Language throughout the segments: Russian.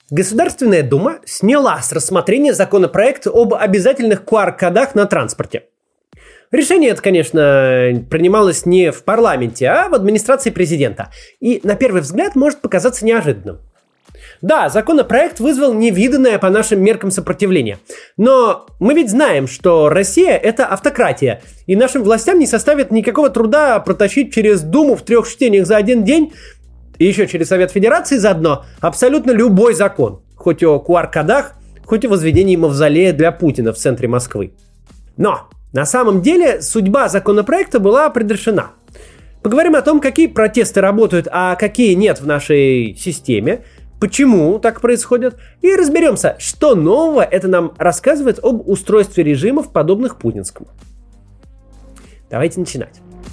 Государственная Дума сняла с рассмотрения законопроект об обязательных QR-кодах на транспорте. Решение это, конечно, принималось не в парламенте, а в администрации президента. И на первый взгляд может показаться неожиданным. Да, законопроект вызвал невиданное по нашим меркам сопротивление. Но мы ведь знаем, что Россия – это автократия, и нашим властям не составит никакого труда протащить через Думу в 3 чтениях за один день, и еще через Совет Федерации заодно, абсолютно любой закон. Хоть о QR-кодах, хоть о возведении мавзолея для Путина в центре Москвы. Но на самом деле судьба законопроекта была предрешена. Поговорим о том, какие протесты работают, а какие нет в нашей системе, почему так происходит, и разберемся, что нового это нам рассказывает об устройстве режимов, подобных путинскому. Давайте начинать.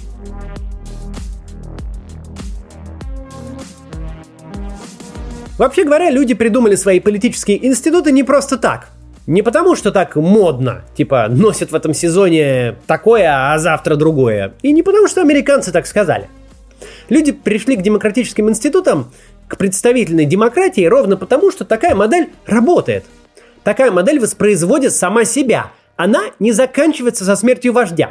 Вообще говоря, люди придумали свои политические институты не просто так. Не потому, что так модно, типа носят в этом сезоне такое, а завтра другое. И не потому, что американцы так сказали. Люди пришли к демократическим институтам, к представительной демократии ровно потому, что такая модель работает. Такая модель воспроизводит сама себя. Она не заканчивается со смертью вождя.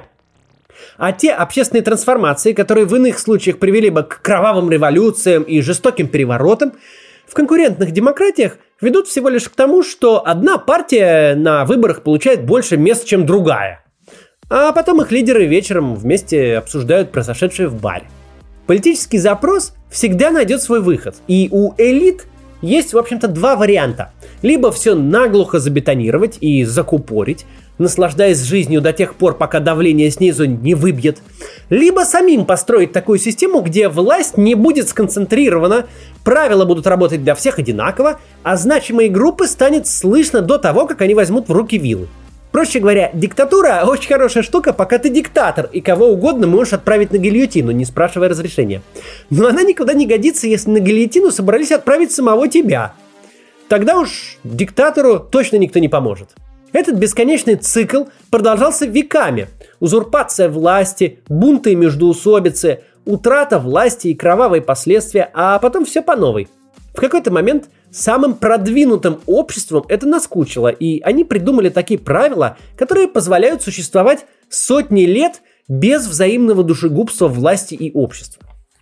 А те общественные трансформации, которые в иных случаях привели бы к кровавым революциям и жестоким переворотам, в конкурентных демократиях ведут всего лишь к тому, что одна партия на выборах получает больше мест, чем другая. А потом их лидеры вечером вместе обсуждают произошедшее в баре. Политический запрос всегда найдет свой выход. И у элит есть, в общем-то, 2 варианта. Либо все наглухо забетонировать и закупорить, наслаждаясь жизнью до тех пор, пока давление снизу не выбьет. Либо самим построить такую систему, где власть не будет сконцентрирована, правила будут работать для всех одинаково, а значимые группы станет слышно до того, как они возьмут в руки вилы. Проще говоря, диктатура – очень хорошая штука, пока ты диктатор, и кого угодно можешь отправить на гильотину, не спрашивая разрешения. Но она никуда не годится, если на гильотину собрались отправить самого тебя. Тогда уж диктатору точно никто не поможет. Этот бесконечный цикл продолжался веками. Узурпация власти, бунты и междоусобицы, утрата власти и кровавые последствия, а потом все по новой. В какой-то момент самым продвинутым обществом это наскучило, и они придумали такие правила, которые позволяют существовать сотни лет без взаимного душегубства власти и общества.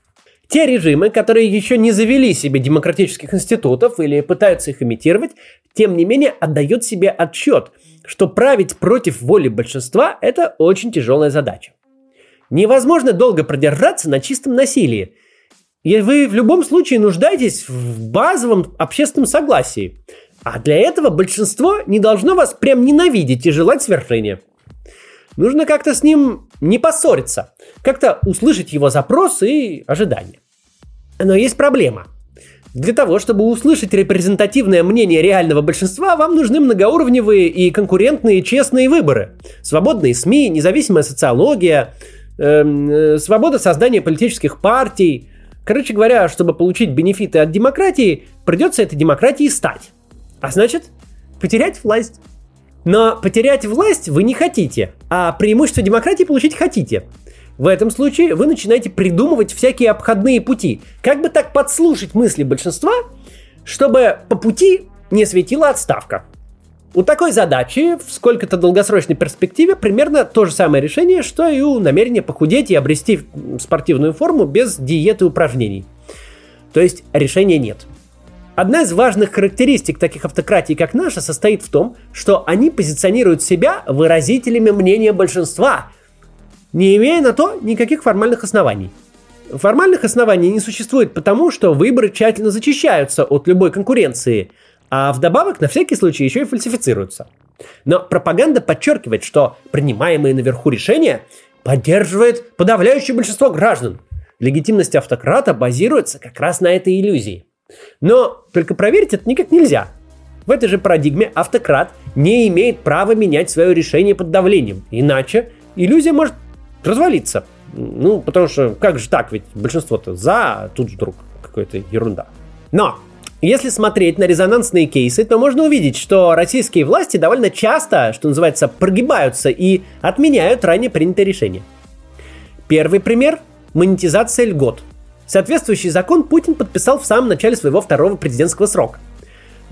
Те режимы, которые еще не завели себе демократических институтов или пытаются их имитировать, тем не менее отдают себе отчет, что править против воли большинства – это очень тяжелая задача. Невозможно долго продержаться на чистом насилии. И вы в любом случае нуждаетесь в базовом общественном согласии. А для этого большинство не должно вас прям ненавидеть и желать свержения. Нужно как-то с ним не поссориться, как-то услышать его запросы и ожидания. Но есть проблема. Для того, чтобы услышать репрезентативное мнение реального большинства, вам нужны многоуровневые и конкурентные честные выборы. Свободные СМИ, независимая социология, свобода создания политических партий. Короче говоря, чтобы получить бенефиты от демократии, придется этой демократией стать. А значит, потерять власть. Но потерять власть вы не хотите, а преимущество демократии получить хотите. В этом случае вы начинаете придумывать всякие обходные пути. Как бы так подслушать мысли большинства, чтобы по пути не светила отставка. У такой задачи в сколько-то долгосрочной перспективе примерно то же самое решение, что и у намерения похудеть и обрести спортивную форму без диеты и упражнений. То есть решения нет. Одна из важных характеристик таких автократий, как наша, состоит в том, что они позиционируют себя выразителями мнения большинства, не имея на то никаких формальных оснований. Формальных оснований не существует потому, что выборы тщательно зачищаются от любой конкуренции, а вдобавок на всякий случай еще и фальсифицируются. Но пропаганда подчеркивает, что принимаемые наверху решения поддерживает подавляющее большинство граждан. Легитимность автократа базируется как раз на этой иллюзии. Но только проверить это никак нельзя. В этой же парадигме автократ не имеет права менять свое решение под давлением. Иначе иллюзия может развалиться. Потому что как же так, ведь большинство-то за, а тут вдруг какая-то ерунда. Но если смотреть на резонансные кейсы, то можно увидеть, что российские власти довольно часто, что называется, прогибаются и отменяют ранее принятые решения. Первый пример – монетизация льгот. Соответствующий закон Путин подписал в самом начале своего второго президентского срока.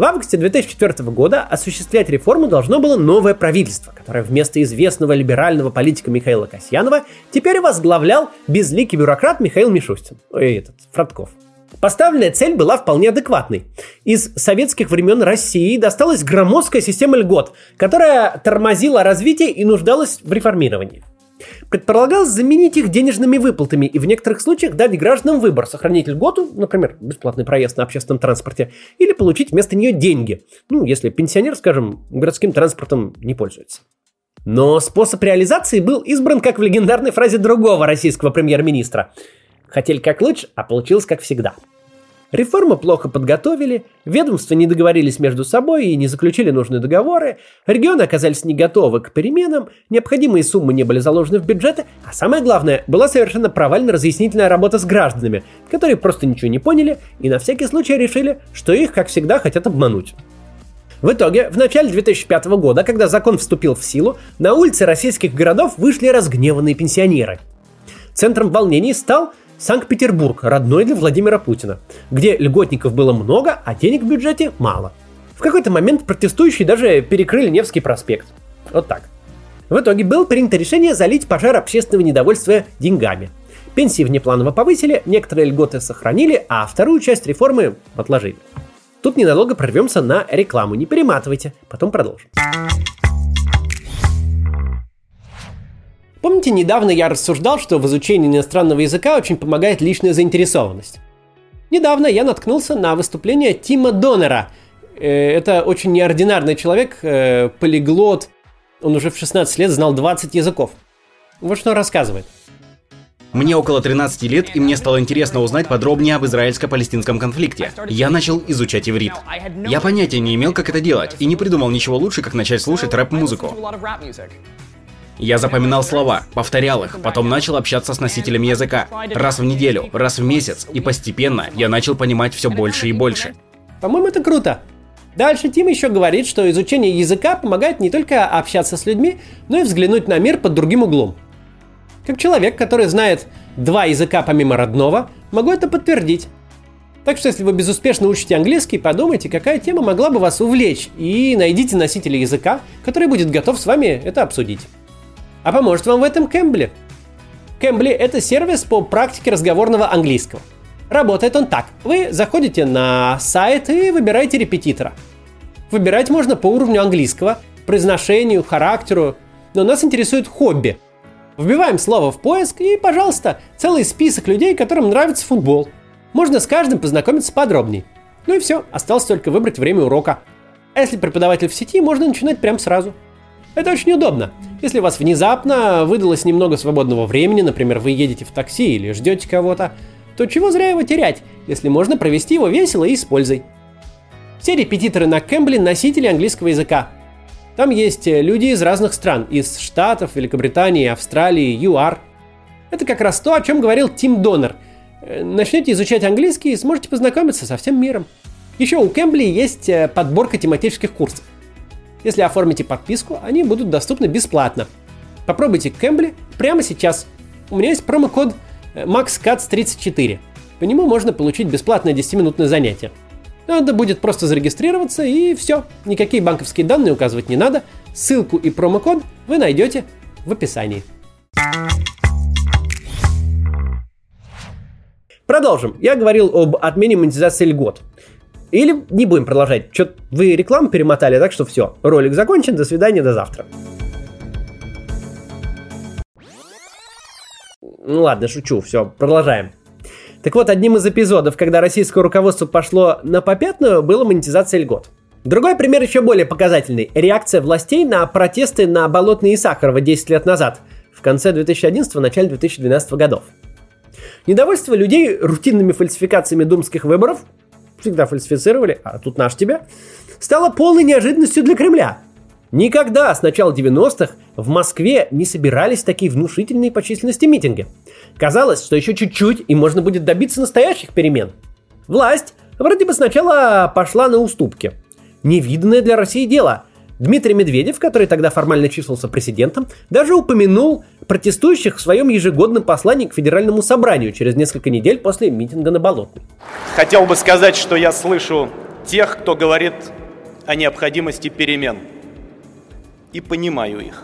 В августе 2004 года осуществлять реформу должно было новое правительство, которое вместо известного либерального политика Михаила Касьянова теперь возглавлял безликий бюрократ Михаил Мишустин. Фродков. Поставленная цель была вполне адекватной. Из советских времен России досталась громоздкая система льгот, которая тормозила развитие и нуждалась в реформировании. Предполагалось заменить их денежными выплатами и в некоторых случаях дать гражданам выбор: сохранить льготу, например, бесплатный проезд на общественном транспорте, или получить вместо нее деньги, если пенсионер, скажем, городским транспортом не пользуется. Но способ реализации был избран как в легендарной фразе другого российского премьер-министра: «Хотели как лучше, а получилось как всегда». Реформу плохо подготовили, ведомства не договорились между собой и не заключили нужные договоры, регионы оказались не готовы к переменам, необходимые суммы не были заложены в бюджеты, а самое главное, была совершенно провальна разъяснительная работа с гражданами, которые просто ничего не поняли и на всякий случай решили, что их, как всегда, хотят обмануть. В итоге, в начале 2005 года, когда закон вступил в силу, на улицы российских городов вышли разгневанные пенсионеры. Центром волнений стал Санкт-Петербург, родной для Владимира Путина, где льготников было много, а денег в бюджете мало. В какой-то момент протестующие даже перекрыли Невский проспект. Вот так. В итоге было принято решение залить пожар общественного недовольствия деньгами. Пенсии внепланово повысили, некоторые льготы сохранили, а вторую часть реформы отложили. Тут ненадолго прорвемся на рекламу, не перематывайте, потом продолжим. Помните, недавно я рассуждал, что в изучении иностранного языка очень помогает личная заинтересованность? Недавно я наткнулся на выступление Тима Доннера. Это очень неординарный человек, полиглот. Он уже в 16 лет знал 20 языков. Вот что он рассказывает. Мне около 13 лет, и мне стало интересно узнать подробнее об израильско-палестинском конфликте. Я начал изучать иврит. Я понятия не имел, как это делать, и не придумал ничего лучше, как начать слушать рэп-музыку. Я запоминал слова, повторял их, потом начал общаться с носителями языка. Раз в неделю, раз в месяц, и постепенно я начал понимать все больше и больше. По-моему, это круто. Дальше Тим еще говорит, что изучение языка помогает не только общаться с людьми, но и взглянуть на мир под другим углом. Как человек, который знает 2 языка помимо родного, могу это подтвердить. Так что, если вы безуспешно учите английский, подумайте, какая тема могла бы вас увлечь, и найдите носителя языка, который будет готов с вами это обсудить. А поможет вам в этом Cambly. Cambly – это сервис по практике разговорного английского. Работает он так. Вы заходите на сайт и выбираете репетитора. Выбирать можно по уровню английского, произношению, характеру, но нас интересует хобби. Вбиваем слово в поиск и, пожалуйста, целый список людей, которым нравится футбол. Можно с каждым познакомиться подробнее. Ну и все, осталось только выбрать время урока. А если преподаватель в сети, можно начинать прямо сразу. Это очень удобно. Если у вас внезапно выдалось немного свободного времени, например, вы едете в такси или ждете кого-то, то чего зря его терять, если можно провести его весело и с пользой. Все репетиторы на Cambly – носители английского языка. Там есть люди из разных стран, из Штатов, Великобритании, Австралии, ЮАР. Это как раз то, о чем говорил Тим Доннер. Начнете изучать английский и сможете познакомиться со всем миром. Еще у Cambly есть подборка тематических курсов. Если оформите подписку, они будут доступны бесплатно. Попробуйте Cambly прямо сейчас. У меня есть промокод MaxCats34. По нему можно получить бесплатное 10-минутное занятие. Надо будет просто зарегистрироваться и все. Никакие банковские данные указывать не надо. Ссылку и промокод вы найдете в описании. Продолжим. Я говорил об отмене монетизации льгот. Или не будем продолжать. Что-то вы рекламу перемотали, так что все. Ролик закончен. До свидания, до завтра. Ну ладно, шучу. Все, продолжаем. Так вот, одним из эпизодов, когда российское руководство пошло на попятную, была монетизация льгот. Другой пример еще более показательный. Реакция властей на протесты на Болотной и Сахарова 10 лет назад, в конце 2011 начале 2012 годов. Недовольство людей рутинными фальсификациями думских выборов, всегда фальсифицировали, а тут наш тебя, стало полной неожиданностью для Кремля. Никогда с начала 90-х в Москве не собирались такие внушительные по численности митинги. Казалось, что еще чуть-чуть и можно будет добиться настоящих перемен. Власть вроде бы сначала пошла на уступки. Невиданное для России дело. Дмитрий Медведев, который тогда формально числился президентом, даже упомянул протестующих в своем ежегодном послании к Федеральному собранию через несколько недель после митинга на Болотной. Хотел бы сказать, что я слышу тех, кто говорит о необходимости перемен, и понимаю их.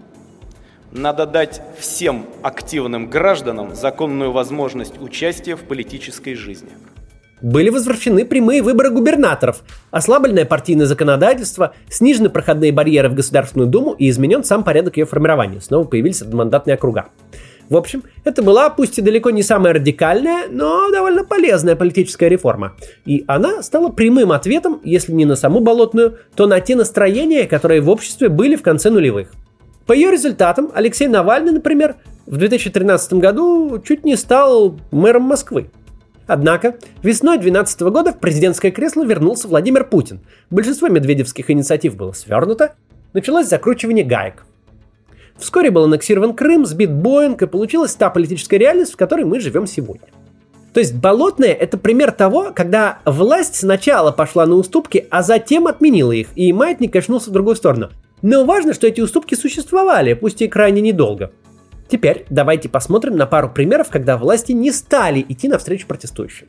Надо дать всем активным гражданам законную возможность участия в политической жизни. Были возвращены прямые выборы губернаторов, ослабленное партийное законодательство, снижены проходные барьеры в Государственную Думу и изменен сам порядок ее формирования. Снова появились одномандатные округа. В общем, это была, пусть и далеко не самая радикальная, но довольно полезная политическая реформа. И она стала прямым ответом, если не на саму Болотную, то на те настроения, которые в обществе были в конце нулевых. По ее результатам Алексей Навальный, например, в 2013 году чуть не стал мэром Москвы. Однако весной 2012 года в президентское кресло вернулся Владимир Путин. Большинство медведевских инициатив было свернуто, началось закручивание гаек. Вскоре был аннексирован Крым, сбит Боинг, и получилась та политическая реальность, в которой мы живем сегодня. То есть Болотная – это пример того, когда власть сначала пошла на уступки, а затем отменила их, и маятник качнулся в другую сторону. Но важно, что эти уступки существовали, пусть и крайне недолго. Теперь давайте посмотрим на пару примеров, когда власти не стали идти навстречу протестующим.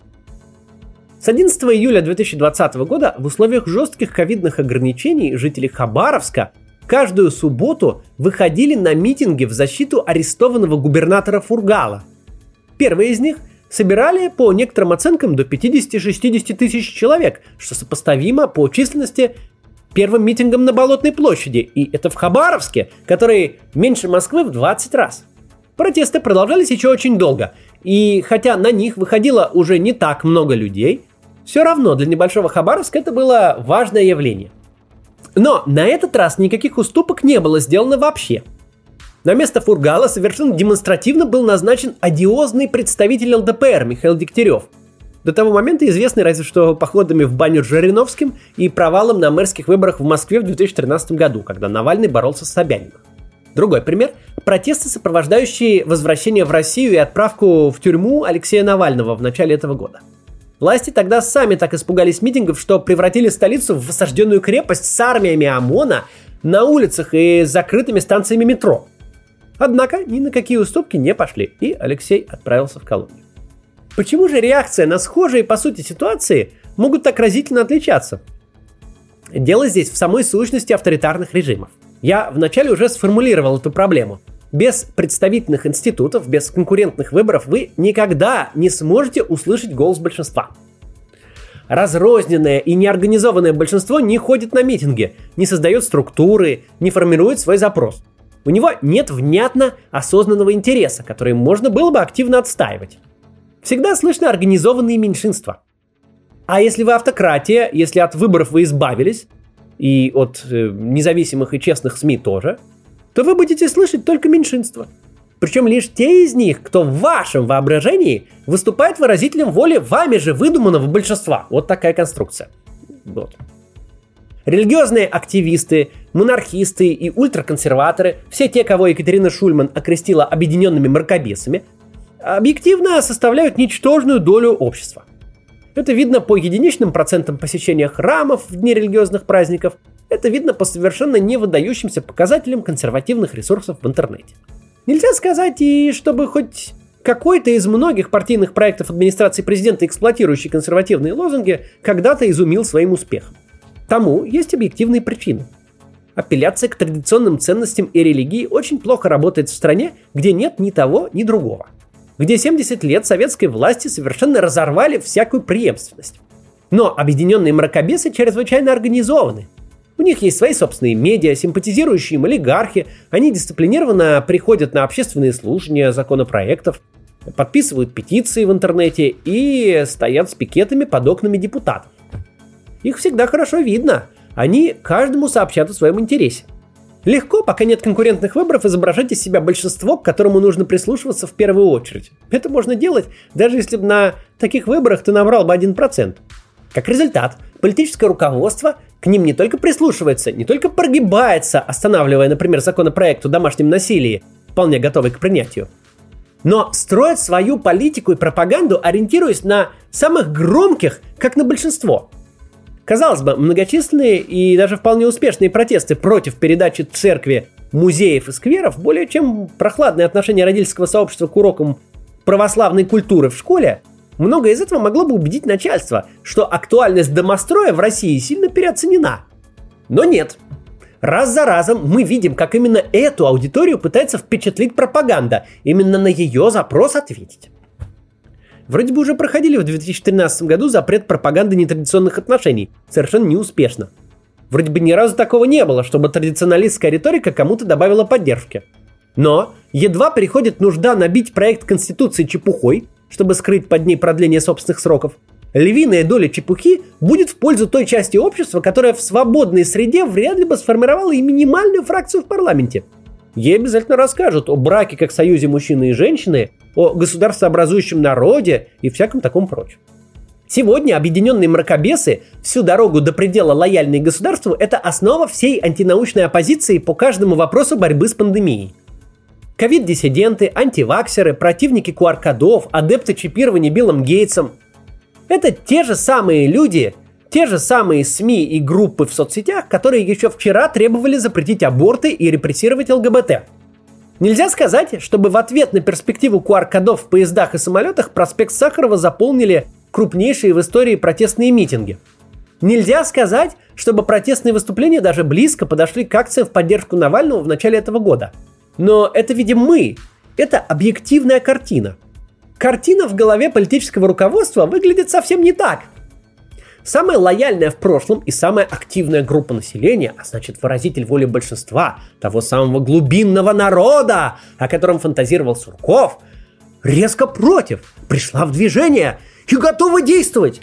С 11 июля 2020 года в условиях жестких ковидных ограничений жители Хабаровска каждую субботу выходили на митинги в защиту арестованного губернатора Фургала. Первые из них собирали, по некоторым оценкам, до 50-60 тысяч человек, что сопоставимо по численности первым митингом на Болотной площади, и это в Хабаровске, который меньше Москвы в 20 раз. Протесты продолжались еще очень долго, и хотя на них выходило уже не так много людей, все равно для небольшого Хабаровска это было важное явление. Но на этот раз никаких уступок не было сделано вообще. На место Фургала совершенно демонстративно был назначен одиозный представитель ЛДПР Михаил Дегтярев, до того момента известный разве что походами в баню с Жириновским и провалом на мэрских выборах в Москве в 2013 году, когда Навальный боролся с Собяниным. Другой пример – протесты, сопровождающие возвращение в Россию и отправку в тюрьму Алексея Навального в начале этого года. Власти тогда сами так испугались митингов, что превратили столицу в осажденную крепость с армиями ОМОНа на улицах и закрытыми станциями метро. Однако ни на какие уступки не пошли, и Алексей отправился в колонию. Почему же реакция на схожие по сути ситуации могут так разительно отличаться? Дело здесь в самой сущности авторитарных режимов. Я вначале уже сформулировал эту проблему. Без представительных институтов, без конкурентных выборов вы никогда не сможете услышать голос большинства. Разрозненное и неорганизованное большинство не ходит на митинги, не создает структуры, не формирует свой запрос. У него нет внятно осознанного интереса, который можно было бы активно отстаивать. Всегда слышно организованные меньшинства. А если вы автократия, если от выборов вы избавились, и от независимых и честных СМИ тоже, то вы будете слышать только меньшинства. Причем лишь те из них, кто в вашем воображении выступает выразителем воли вами же выдуманного большинства. Вот такая конструкция. Вот. Религиозные активисты, монархисты и ультраконсерваторы, все те, кого Екатерина Шульман окрестила объединенными мракобесами, объективно составляют ничтожную долю общества. Это видно по единичным процентам посещения храмов в дни религиозных праздников, это видно по совершенно не выдающимся показателям консервативных ресурсов в интернете. Нельзя сказать и чтобы хоть какой-то из многих партийных проектов администрации президента, эксплуатирующий консервативные лозунги, когда-то изумил своим успехом. Тому есть объективные причины. Апелляция к традиционным ценностям и религии очень плохо работает в стране, где нет ни того, ни другого. Где 70 лет советской власти совершенно разорвали всякую преемственность. Но объединенные мракобесы чрезвычайно организованы. У них есть свои собственные медиа, симпатизирующие им олигархи, они дисциплинированно приходят на общественные слушания законопроектов, подписывают петиции в интернете и стоят с пикетами под окнами депутатов. Их всегда хорошо видно, они каждому сообщат о своем интересе. Легко, пока нет конкурентных выборов, изображать из себя большинство, к которому нужно прислушиваться в первую очередь. Это можно делать, даже если бы на таких выборах ты набрал бы 1%. Как результат, политическое руководство к ним не только прислушивается, не только прогибается, останавливая, например, законопроект о домашнем насилии, вполне готовый к принятию, но строит свою политику и пропаганду, ориентируясь на самых громких, как на большинство. Казалось бы, многочисленные и даже вполне успешные протесты против передачи церкви, музеев и скверов, более чем прохладное отношение родительского сообщества к урокам православной культуры в школе, Многое из этого могло бы убедить начальство, что актуальность домостроя в России сильно переоценена. Но нет. Раз за разом мы видим, как именно эту аудиторию пытается впечатлить пропаганда, именно на ее запрос ответить. Вроде бы уже проходили в 2013 году запрет пропаганды нетрадиционных отношений, совершенно неуспешно. Вроде бы ни разу такого не было, чтобы традиционалистская риторика кому-то добавила поддержки. Но едва приходит нужда набить проект Конституции чепухой, чтобы скрыть под ней продление собственных сроков, львиная доля чепухи будет в пользу той части общества, которая в свободной среде вряд ли бы сформировала и минимальную фракцию в парламенте. Ей обязательно расскажут о браке как союзе мужчины и женщины, о государствообразующем народе и всяком таком прочем. Сегодня объединенные мракобесы, всю дорогу до предела лояльные государству, это основа всей антинаучной оппозиции по каждому вопросу борьбы с пандемией. Ковид-диссиденты, антиваксеры, противники QR-кодов, адепты чипирования Биллом Гейтсом – это те же самые люди, те же самые СМИ и группы в соцсетях, которые еще вчера требовали запретить аборты и репрессировать ЛГБТ. Нельзя сказать, чтобы в ответ на перспективу QR-кодов в поездах и самолетах проспект Сахарова заполнили крупнейшие в истории протестные митинги. Нельзя сказать, чтобы протестные выступления даже близко подошли к акциям в поддержку Навального в начале этого года. Но это видим мы. Это объективная картина. Картина в голове политического руководства выглядит совсем не так. Самая лояльная в прошлом и самая активная группа населения, а значит выразитель воли большинства, того самого глубинного народа, о котором фантазировал Сурков, резко против, пришла в движение и готова действовать.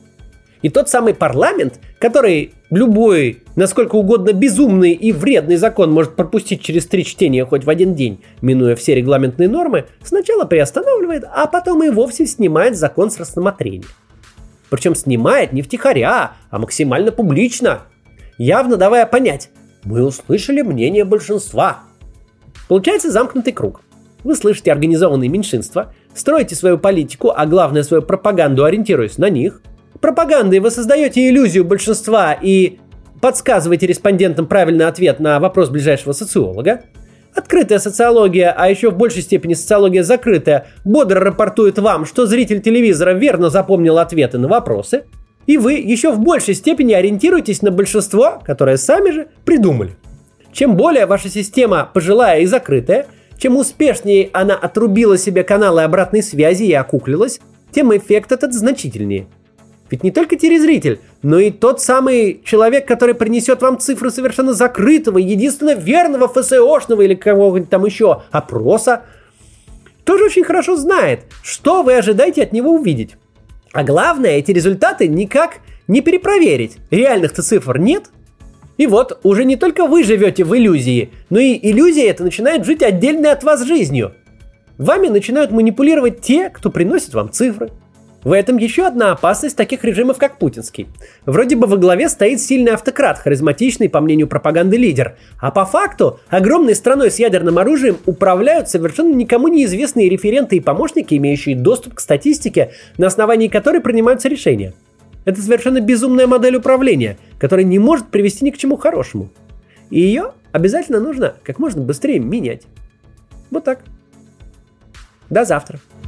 И тот самый парламент, который любой, насколько угодно безумный и вредный закон может пропустить через 3 чтения хоть в один день, минуя все регламентные нормы, сначала приостанавливает, а потом и вовсе снимает закон с рассмотрения. Причем снимает не втихаря, а максимально публично, явно давая понять: мы услышали мнение большинства. Получается замкнутый круг. Вы слышите организованные меньшинства, строите свою политику, а главное свою пропаганду, ориентируясь на них. Пропагандой вы создаете иллюзию большинства и подсказываете респондентам правильный ответ на вопрос ближайшего социолога. Открытая социология, а еще в большей степени социология закрытая, бодро рапортует вам, что зритель телевизора верно запомнил ответы на вопросы, и вы еще в большей степени ориентируетесь на большинство, которое сами же придумали. Чем более ваша система пожилая и закрытая, чем успешнее она отрубила себе каналы обратной связи и окуклилась, тем эффект этот значительнее. Ведь не только телезритель, но и тот самый человек, который принесет вам цифры совершенно закрытого, единственно верного ФСОшного или кого-нибудь там еще опроса, тоже очень хорошо знает, что вы ожидаете от него увидеть. А главное, эти результаты никак не перепроверить. Реальных-то цифр нет. И вот, уже не только вы живете в иллюзии, но и иллюзия эта начинает жить отдельной от вас жизнью. Вами начинают манипулировать те, кто приносит вам цифры. В этом еще одна опасность таких режимов, как путинский. Вроде бы во главе стоит сильный автократ, харизматичный, по мнению пропаганды, лидер. А по факту огромной страной с ядерным оружием управляют совершенно никому неизвестные референты и помощники, имеющие доступ к статистике, на основании которой принимаются решения. Это совершенно безумная модель управления, которая не может привести ни к чему хорошему. И ее обязательно нужно как можно быстрее менять. Вот так. До завтра.